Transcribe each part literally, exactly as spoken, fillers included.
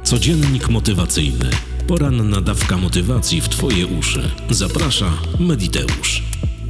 Codziennik motywacyjny. Poranna dawka motywacji w Twoje uszy. Zaprasza Mediteusz.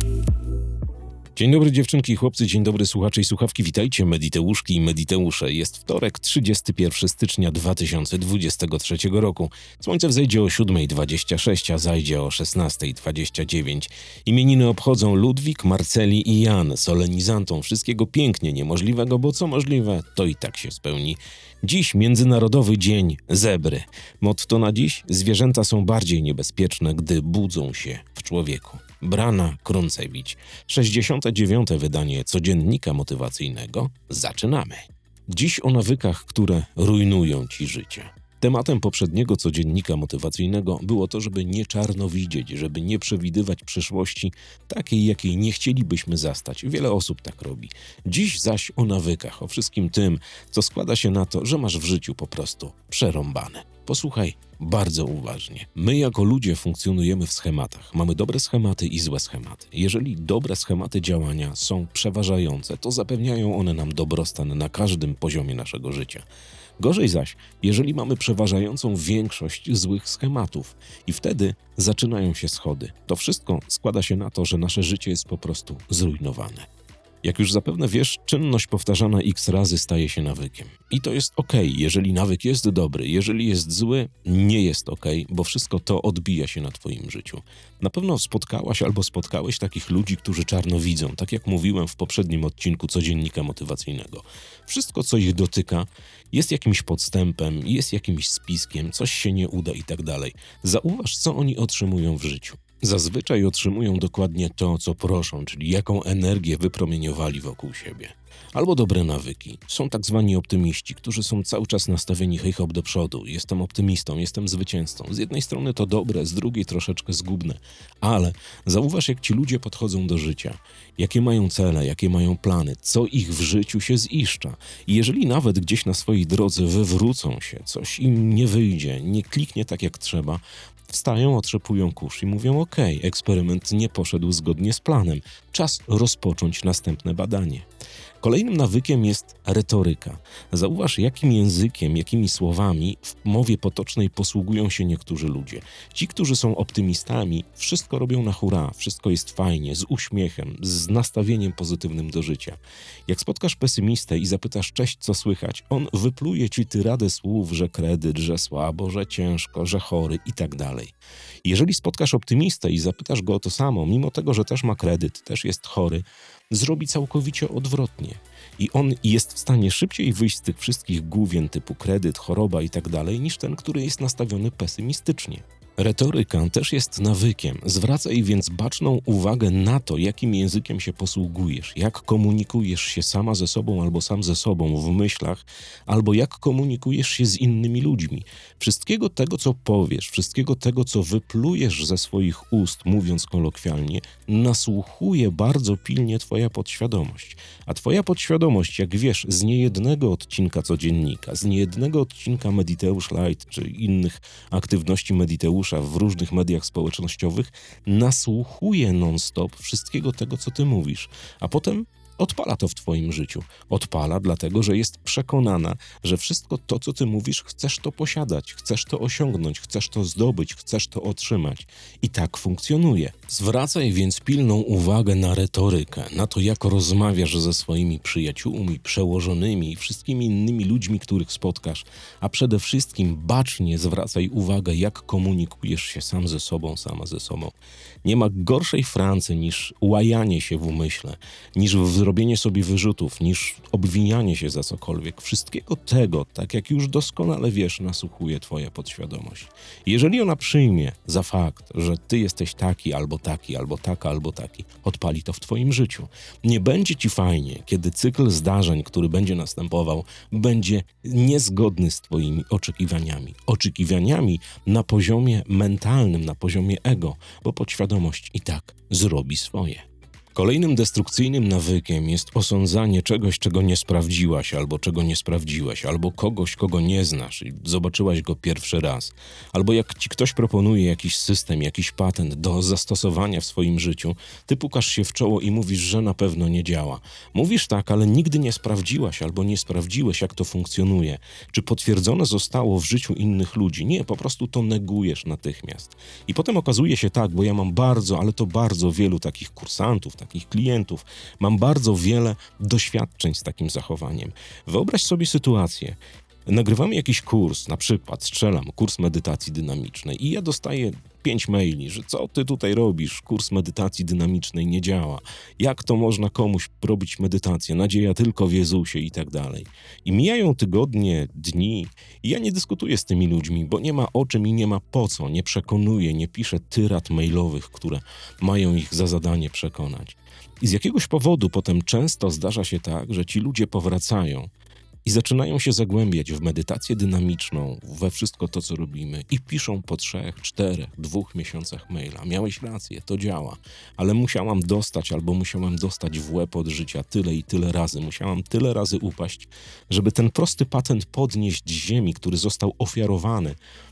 Dzień dobry dziewczynki i chłopcy, dzień dobry słuchacze i słuchawki. Witajcie Mediteuszki i Mediteusze. Jest wtorek, trzydziestego pierwszego stycznia dwa tysiące dwudziestego trzeciego roku. Słońce wzejdzie o siódma dwadzieścia sześć, a zajdzie o szesnasta dwadzieścia dziewięć. Imieniny obchodzą Ludwik, Marceli i Jan. Solenizantom wszystkiego pięknie niemożliwego, bo co możliwe, to i tak się spełni. Dziś Międzynarodowy Dzień Zebry. Motto na dziś: zwierzęta są bardziej niebezpieczne, gdy budzą się w człowieku. Brana Kruncewicz. sześćdziesiąte dziewiąte wydanie codziennika motywacyjnego. Zaczynamy. Dziś o nawykach, które rujnują Ci życie. Tematem poprzedniego codziennika motywacyjnego było to, żeby nie czarno widzieć, żeby nie przewidywać przyszłości takiej, jakiej nie chcielibyśmy zastać. Wiele osób tak robi. Dziś zaś o nawykach, o wszystkim tym, co składa się na to, że masz w życiu po prostu przerąbane. Posłuchaj bardzo uważnie. My jako ludzie funkcjonujemy w schematach. Mamy dobre schematy i złe schematy. Jeżeli dobre schematy działania są przeważające, to zapewniają one nam dobrostan na każdym poziomie naszego życia. Gorzej zaś, jeżeli mamy przeważającą większość złych schematów i wtedy zaczynają się schody. To wszystko składa się na to, że nasze życie jest po prostu zrujnowane. Jak już zapewne wiesz, czynność powtarzana x razy staje się nawykiem. I to jest okej, jeżeli nawyk jest dobry, jeżeli jest zły, nie jest okej, bo wszystko to odbija się na Twoim życiu. Na pewno spotkałaś albo spotkałeś takich ludzi, którzy czarno widzą, tak jak mówiłem w poprzednim odcinku codziennika motywacyjnego. Wszystko, co ich dotyka, jest jakimś podstępem, jest jakimś spiskiem, coś się nie uda i tak dalej. Zauważ, co oni otrzymują w życiu. Zazwyczaj otrzymują dokładnie to, co proszą, czyli jaką energię wypromieniowali wokół siebie. Albo dobre nawyki. Są tak zwani optymiści, którzy są cały czas nastawieni hej hop do przodu. Jestem optymistą, jestem zwycięzcą. Z jednej strony to dobre, z drugiej troszeczkę zgubne. Ale zauważ, jak ci ludzie podchodzą do życia. Jakie mają cele, jakie mają plany, co ich w życiu się ziszcza. I jeżeli nawet gdzieś na swojej drodze wywrócą się, coś im nie wyjdzie, nie kliknie tak jak trzeba, wstają, otrzepują kurz i mówią: okej, eksperyment nie poszedł zgodnie z planem. Czas rozpocząć następne badanie. Kolejnym nawykiem jest retoryka. Zauważ, jakim językiem, jakimi słowami w mowie potocznej posługują się niektórzy ludzie. Ci, którzy są optymistami, wszystko robią na hura, wszystko jest fajnie, z uśmiechem, z nastawieniem pozytywnym do życia. Jak spotkasz pesymistę i zapytasz: cześć, co słychać? On wypluje ci tyradę słów, że kredyt, że słabo, że ciężko, że chory i tak dalej. Jeżeli spotkasz optymistę i zapytasz go o to samo, mimo tego, że też ma kredyt, też jest chory, zrobi całkowicie odwrotnie. I on jest w stanie szybciej wyjść z tych wszystkich główien typu kredyt, choroba i tak dalej, niż ten, który jest nastawiony pesymistycznie. Retoryka też jest nawykiem. Zwracaj więc baczną uwagę na to, jakim językiem się posługujesz, jak komunikujesz się sama ze sobą albo sam ze sobą w myślach, albo jak komunikujesz się z innymi ludźmi. Wszystkiego tego, co powiesz, wszystkiego tego, co wyplujesz ze swoich ust, mówiąc kolokwialnie, nasłuchuje bardzo pilnie Twoja podświadomość. A Twoja podświadomość, jak wiesz, z niejednego odcinka codziennika, z niejednego odcinka Mediteusz Light czy innych aktywności Mediteusza w różnych mediach społecznościowych, nasłuchuje non-stop wszystkiego tego, co ty mówisz, a potem odpala to w twoim życiu. Odpala dlatego, że jest przekonana, że wszystko to, co ty mówisz, chcesz to posiadać, chcesz to osiągnąć, chcesz to zdobyć, chcesz to otrzymać. I tak funkcjonuje. Zwracaj więc pilną uwagę na retorykę, na to, jak rozmawiasz ze swoimi przyjaciółmi, przełożonymi i wszystkimi innymi ludźmi, których spotkasz, a przede wszystkim bacznie zwracaj uwagę, jak komunikujesz się sam ze sobą, sama ze sobą. Nie ma gorszej Francy niż łajanie się w umyśle, niż zrobienie sobie wyrzutów, niż obwinianie się za cokolwiek. Wszystkiego tego, tak jak już doskonale wiesz, nasłuchuje twoja podświadomość. Jeżeli ona przyjmie za fakt, że ty jesteś taki, albo taki, albo taka, albo taki, odpali to w twoim życiu. Nie będzie ci fajnie, kiedy cykl zdarzeń, który będzie następował, będzie niezgodny z twoimi oczekiwaniami. Oczekiwaniami na poziomie mentalnym, na poziomie ego, bo podświadomość i tak zrobi swoje. Kolejnym destrukcyjnym nawykiem jest osądzanie czegoś, czego nie sprawdziłaś, albo czego nie sprawdziłeś, albo kogoś, kogo nie znasz i zobaczyłaś go pierwszy raz. Albo jak ci ktoś proponuje jakiś system, jakiś patent do zastosowania w swoim życiu, ty pukasz się w czoło i mówisz, że na pewno nie działa. Mówisz tak, ale nigdy nie sprawdziłaś albo nie sprawdziłeś, jak to funkcjonuje. Czy potwierdzone zostało w życiu innych ludzi? Nie, po prostu to negujesz natychmiast. I potem okazuje się tak, bo ja mam bardzo, ale to bardzo wielu takich kursantów, takich klientów, mam bardzo wiele doświadczeń z takim zachowaniem. Wyobraź sobie sytuację. Nagrywamy jakiś kurs, na przykład strzelam, kurs medytacji dynamicznej i ja dostaję pięć maili, że co ty tutaj robisz, kurs medytacji dynamicznej nie działa, jak to można komuś robić medytację, nadzieja tylko w Jezusie i tak dalej. I mijają tygodnie, dni i ja nie dyskutuję z tymi ludźmi, bo nie ma o czym i nie ma po co, nie przekonuję, nie piszę tyrad mailowych, które mają ich za zadanie przekonać. I z jakiegoś powodu potem często zdarza się tak, że ci ludzie powracają i zaczynają się zagłębiać w medytację dynamiczną, we wszystko to, co robimy i piszą po trzech, czterech, dwóch miesiącach maila. Miałeś rację, to działa, ale musiałam dostać albo musiałam dostać w łeb od życia tyle i tyle razy. Musiałam tyle razy upaść, żeby ten prosty patent podnieść z ziemi, który został ofiarowany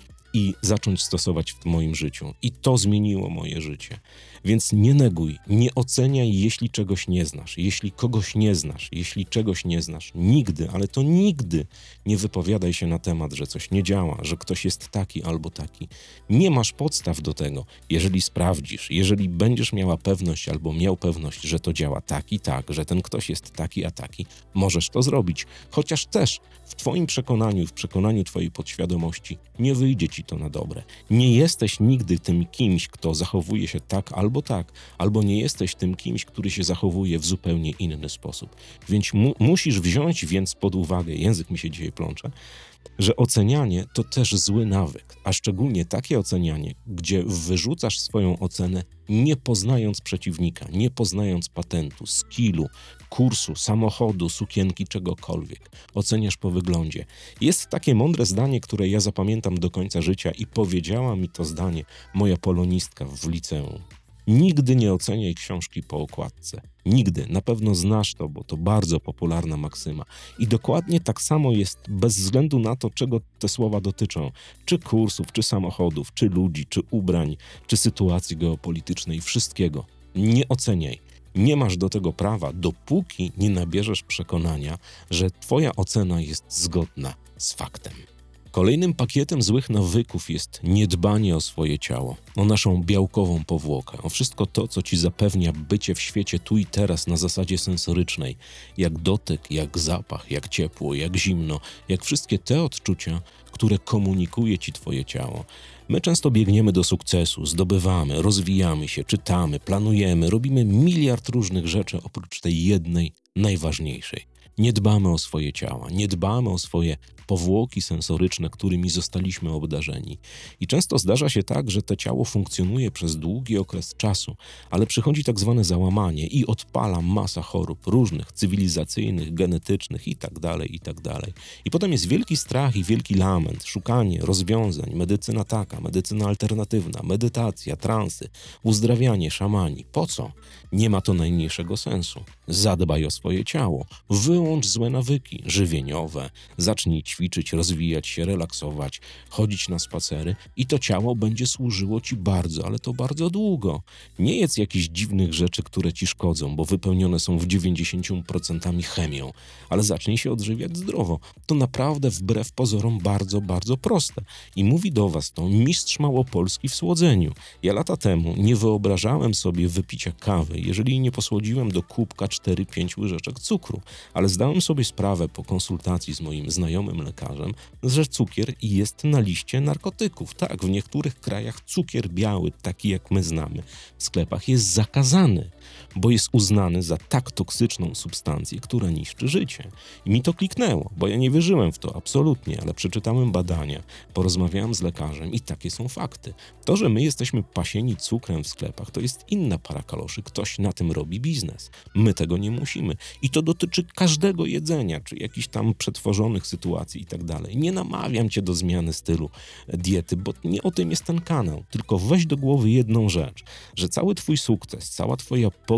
i zacząć stosować w moim życiu. I to zmieniło moje życie. Więc nie neguj, nie oceniaj, jeśli czegoś nie znasz, jeśli kogoś nie znasz, jeśli czegoś nie znasz. Nigdy, ale to nigdy nie wypowiadaj się na temat, że coś nie działa, że ktoś jest taki albo taki. Nie masz podstaw do tego. Jeżeli sprawdzisz, jeżeli będziesz miała pewność albo miał pewność, że to działa tak i tak, że ten ktoś jest taki a taki, możesz to zrobić. Chociaż też w twoim przekonaniu, w przekonaniu twojej podświadomości nie wyjdzie ci to na dobre. Nie jesteś nigdy tym kimś, kto zachowuje się tak albo tak, albo nie jesteś tym kimś, który się zachowuje w zupełnie inny sposób. Więc mu, musisz wziąć więc pod uwagę, język mi się dzisiaj plącze, że ocenianie to też zły nawyk, a szczególnie takie ocenianie, gdzie wyrzucasz swoją ocenę nie poznając przeciwnika, nie poznając patentu, skillu, kursu, samochodu, sukienki, czegokolwiek. Oceniasz po wyglądzie. Jest takie mądre zdanie, które ja zapamiętam do końca życia i powiedziała mi to zdanie moja polonistka w liceum. Nigdy nie oceniaj książki po okładce. Nigdy. Na pewno znasz to, bo to bardzo popularna maksyma. I dokładnie tak samo jest bez względu na to, czego te słowa dotyczą. Czy kursów, czy samochodów, czy ludzi, czy ubrań, czy sytuacji geopolitycznej, wszystkiego. Nie oceniaj. Nie masz do tego prawa, dopóki nie nabierzesz przekonania, że twoja ocena jest zgodna z faktem. Kolejnym pakietem złych nawyków jest niedbanie o swoje ciało, o naszą białkową powłokę, o wszystko to, co ci zapewnia bycie w świecie tu i teraz na zasadzie sensorycznej, jak dotyk, jak zapach, jak ciepło, jak zimno, jak wszystkie te odczucia, które komunikuje ci twoje ciało. My często biegniemy do sukcesu, zdobywamy, rozwijamy się, czytamy, planujemy, robimy miliard różnych rzeczy oprócz tej jednej, najważniejszej. Nie dbamy o swoje ciała, nie dbamy o swoje powłoki sensoryczne, którymi zostaliśmy obdarzeni. I często zdarza się tak, że to ciało funkcjonuje przez długi okres czasu, ale przychodzi tak zwane załamanie i odpala masa chorób różnych, cywilizacyjnych, genetycznych i tak dalej, i tak dalej. I potem jest wielki strach i wielki lament, szukanie rozwiązań, medycyna taka, medycyna alternatywna, medytacja, transy, uzdrawianie, szamani. Po co? Nie ma to najmniejszego sensu. Zadbaj o swoje ciało, wyłącz złe nawyki żywieniowe, zacznij ćwiczyć, rozwijać się, relaksować, chodzić na spacery i to ciało będzie służyło ci bardzo, ale to bardzo długo. Nie jedz jakichś dziwnych rzeczy, które ci szkodzą, bo wypełnione są w dziewięćdziesiąt procent chemią, ale zacznij się odżywiać zdrowo. To naprawdę wbrew pozorom bardzo, bardzo proste. I mówi do was to mistrz małopolski w słodzeniu. Ja lata temu nie wyobrażałem sobie wypicia kawy, jeżeli nie posłodziłem do kubka cztery pięć łyżeczek cukru, ale zdałem sobie sprawę po konsultacji z moim znajomym lekarzem, że cukier jest na liście narkotyków. Tak, w niektórych krajach cukier biały, taki jak my znamy, w sklepach jest zakazany, bo jest uznany za tak toksyczną substancję, która niszczy życie. I mi to kliknęło, bo ja nie wierzyłem w to absolutnie, ale przeczytałem badania, porozmawiałem z lekarzem i takie są fakty. To, że my jesteśmy pasieni cukrem w sklepach, to jest inna para kaloszy. Ktoś na tym robi biznes. My tego nie musimy. I to dotyczy każdego jedzenia, czy jakichś tam przetworzonych sytuacji i tak dalej. Nie namawiam cię do zmiany stylu diety, bo nie o tym jest ten kanał. Tylko weź do głowy jedną rzecz, że cały twój sukces, cała twoja pogoda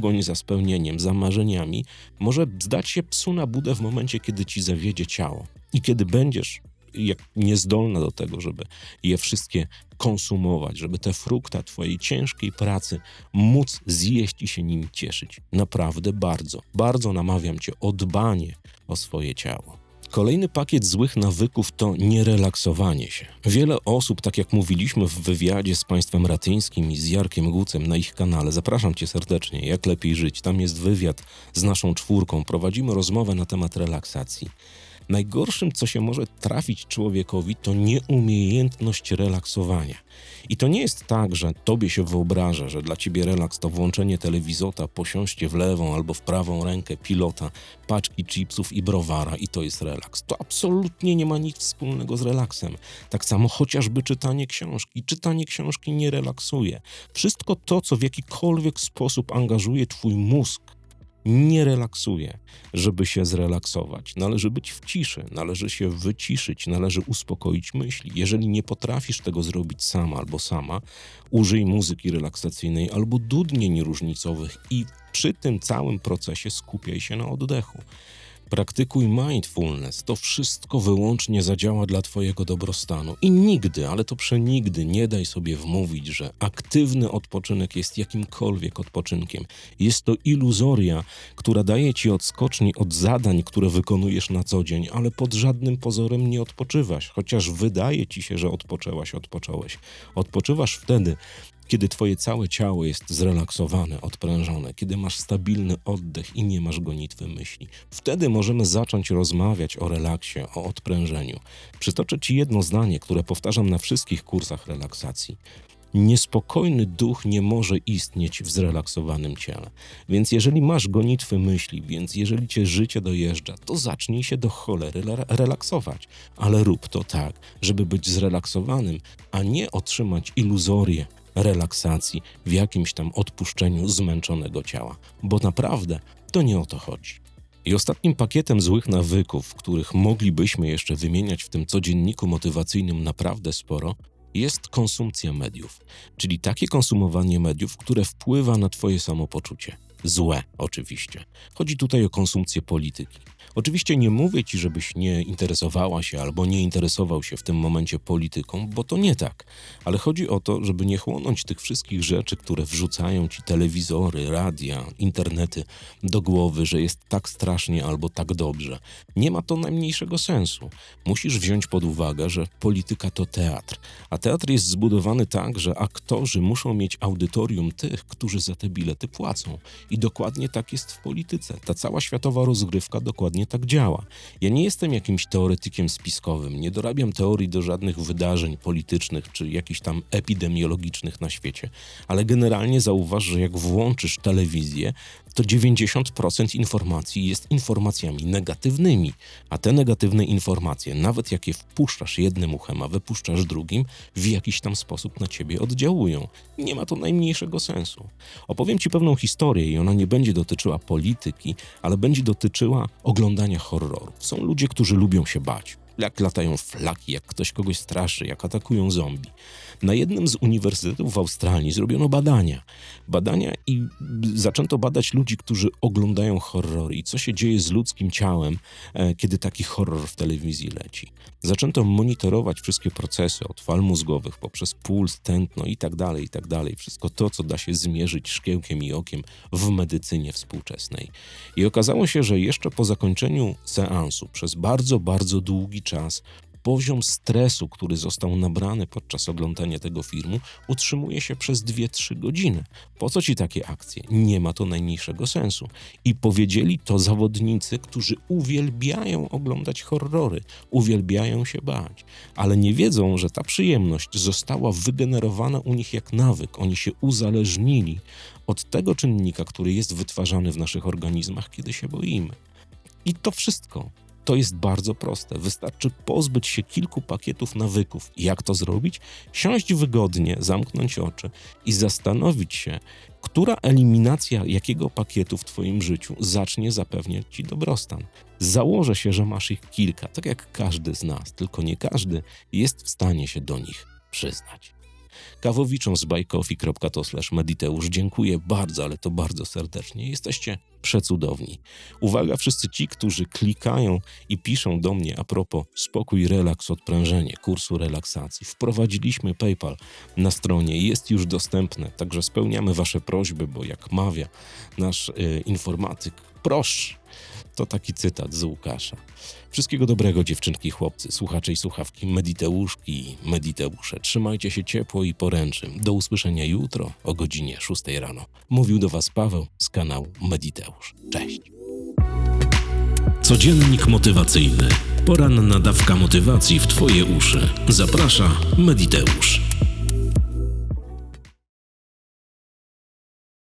pogoń za spełnieniem, za marzeniami może zdać się psu na budę w momencie, kiedy ci zawiedzie ciało i kiedy będziesz jak niezdolna do tego, żeby je wszystkie konsumować, żeby te frukta twojej ciężkiej pracy móc zjeść i się nimi cieszyć. Naprawdę bardzo, bardzo namawiam cię o dbanie o swoje ciało. Kolejny pakiet złych nawyków to nierelaksowanie się. Wiele osób, tak jak mówiliśmy w wywiadzie z państwem Ratyńskim i z Jarkiem Gucem na ich kanale, zapraszam cię serdecznie, jak lepiej żyć, tam jest wywiad z naszą czwórką, prowadzimy rozmowę na temat relaksacji. Najgorszym, co się może trafić człowiekowi, to nieumiejętność relaksowania. I to nie jest tak, że tobie się wyobraża, że dla ciebie relaks to włączenie telewizora, posiąście w lewą albo w prawą rękę pilota, paczki chipsów i browara i to jest relaks. To absolutnie nie ma nic wspólnego z relaksem. Tak samo chociażby czytanie książki. Czytanie książki nie relaksuje. Wszystko to, co w jakikolwiek sposób angażuje twój mózg, nie relaksuje. Żeby się zrelaksować, należy być w ciszy, należy się wyciszyć, należy uspokoić myśli. Jeżeli nie potrafisz tego zrobić sama albo sama, użyj muzyki relaksacyjnej albo dudnień różnicowych i przy tym całym procesie skupiaj się na oddechu. Praktykuj mindfulness, to wszystko wyłącznie zadziała dla twojego dobrostanu i nigdy, ale to przenigdy nie daj sobie wmówić, że aktywny odpoczynek jest jakimkolwiek odpoczynkiem. Jest to iluzoria, która daje ci odskoczni od zadań, które wykonujesz na co dzień, ale pod żadnym pozorem nie odpoczywasz, chociaż wydaje ci się, że odpoczęłaś, odpocząłeś. Odpoczywasz wtedy, kiedy twoje całe ciało jest zrelaksowane, odprężone, kiedy masz stabilny oddech i nie masz gonitwy myśli. Wtedy możemy zacząć rozmawiać o relaksie, o odprężeniu. Przytoczę ci jedno zdanie, które powtarzam na wszystkich kursach relaksacji. Niespokojny duch nie może istnieć w zrelaksowanym ciele. Więc jeżeli masz gonitwy myśli, więc jeżeli cię życie dojeżdża, to zacznij się do cholery relaksować. Ale rób to tak, żeby być zrelaksowanym, a nie otrzymać iluzorię relaksacji w jakimś tam odpuszczeniu zmęczonego ciała. Bo naprawdę to nie o to chodzi. I ostatnim pakietem złych nawyków, których moglibyśmy jeszcze wymieniać w tym codzienniku motywacyjnym naprawdę sporo, jest konsumpcja mediów, czyli takie konsumowanie mediów, które wpływa na twoje samopoczucie. Złe, oczywiście. Chodzi tutaj o konsumpcję polityki. Oczywiście nie mówię ci, żebyś nie interesowała się albo nie interesował się w tym momencie polityką, bo to nie tak. Ale chodzi o to, żeby nie chłonąć tych wszystkich rzeczy, które wrzucają ci telewizory, radia, internety do głowy, że jest tak strasznie albo tak dobrze. Nie ma to najmniejszego sensu. Musisz wziąć pod uwagę, że polityka to teatr, a teatr jest zbudowany tak, że aktorzy muszą mieć audytorium tych, którzy za te bilety płacą. I dokładnie tak jest w polityce. Ta cała światowa rozgrywka dokładnie tak działa. Ja nie jestem jakimś teoretykiem spiskowym, nie dorabiam teorii do żadnych wydarzeń politycznych czy jakichś tam epidemiologicznych na świecie, ale generalnie zauważ, że jak włączysz telewizję, to dziewięćdziesiąt procent informacji jest informacjami negatywnymi, a te negatywne informacje, nawet jak je wpuszczasz jednym uchem, a wypuszczasz drugim, w jakiś tam sposób na ciebie oddziałują. Nie ma to najmniejszego sensu. Opowiem ci pewną historię i ona nie będzie dotyczyła polityki, ale będzie dotyczyła oglądania horrorów. Są ludzie, którzy lubią się bać. Jak latają flaki, jak ktoś kogoś straszy, jak atakują zombie. Na jednym z uniwersytetów w Australii zrobiono badania. Badania i zaczęto badać ludzi, którzy oglądają horrory i co się dzieje z ludzkim ciałem, e, kiedy taki horror w telewizji leci. Zaczęto monitorować wszystkie procesy od fal mózgowych poprzez puls, tętno i tak dalej, i tak dalej. Wszystko to, co da się zmierzyć szkiełkiem i okiem w medycynie współczesnej. I okazało się, że jeszcze po zakończeniu seansu przez bardzo, bardzo długi czas poziom stresu, który został nabrany podczas oglądania tego filmu, utrzymuje się przez dwie trzy godziny. Po co ci takie akcje? Nie ma to najmniejszego sensu. I powiedzieli to zawodnicy, którzy uwielbiają oglądać horrory, uwielbiają się bać, ale nie wiedzą, że ta przyjemność została wygenerowana u nich jak nawyk. Oni się uzależnili od tego czynnika, który jest wytwarzany w naszych organizmach, kiedy się boimy. I to wszystko. To jest bardzo proste. Wystarczy pozbyć się kilku pakietów nawyków. Jak to zrobić? Siąść wygodnie, zamknąć oczy i zastanowić się, która eliminacja jakiego pakietu w twoim życiu zacznie zapewniać ci dobrostan. Założę się, że masz ich kilka, tak jak każdy z nas, tylko nie każdy jest w stanie się do nich przyznać. kawowiczom z buy coffee kropka to slash mediteusz. Dziękuję bardzo, ale to bardzo serdecznie. Jesteście przecudowni. Uwaga, wszyscy ci, którzy klikają i piszą do mnie a propos spokój, relaks, odprężenie, kursu relaksacji. Wprowadziliśmy PayPal na stronie, jest już dostępne, także spełniamy wasze prośby, bo jak mawia nasz y, informatyk, proszę. To taki cytat z Łukasza. Wszystkiego dobrego, dziewczynki i chłopcy, słuchacze i słuchawki, mediteuszki i mediteusze. Trzymajcie się ciepło i poręczy. Do usłyszenia jutro o godzinie szóstej rano. Mówił do was Paweł z kanału Mediteusz. Cześć. Codziennik motywacyjny. Poranna dawka motywacji w twoje uszy. Zaprasza Mediteusz.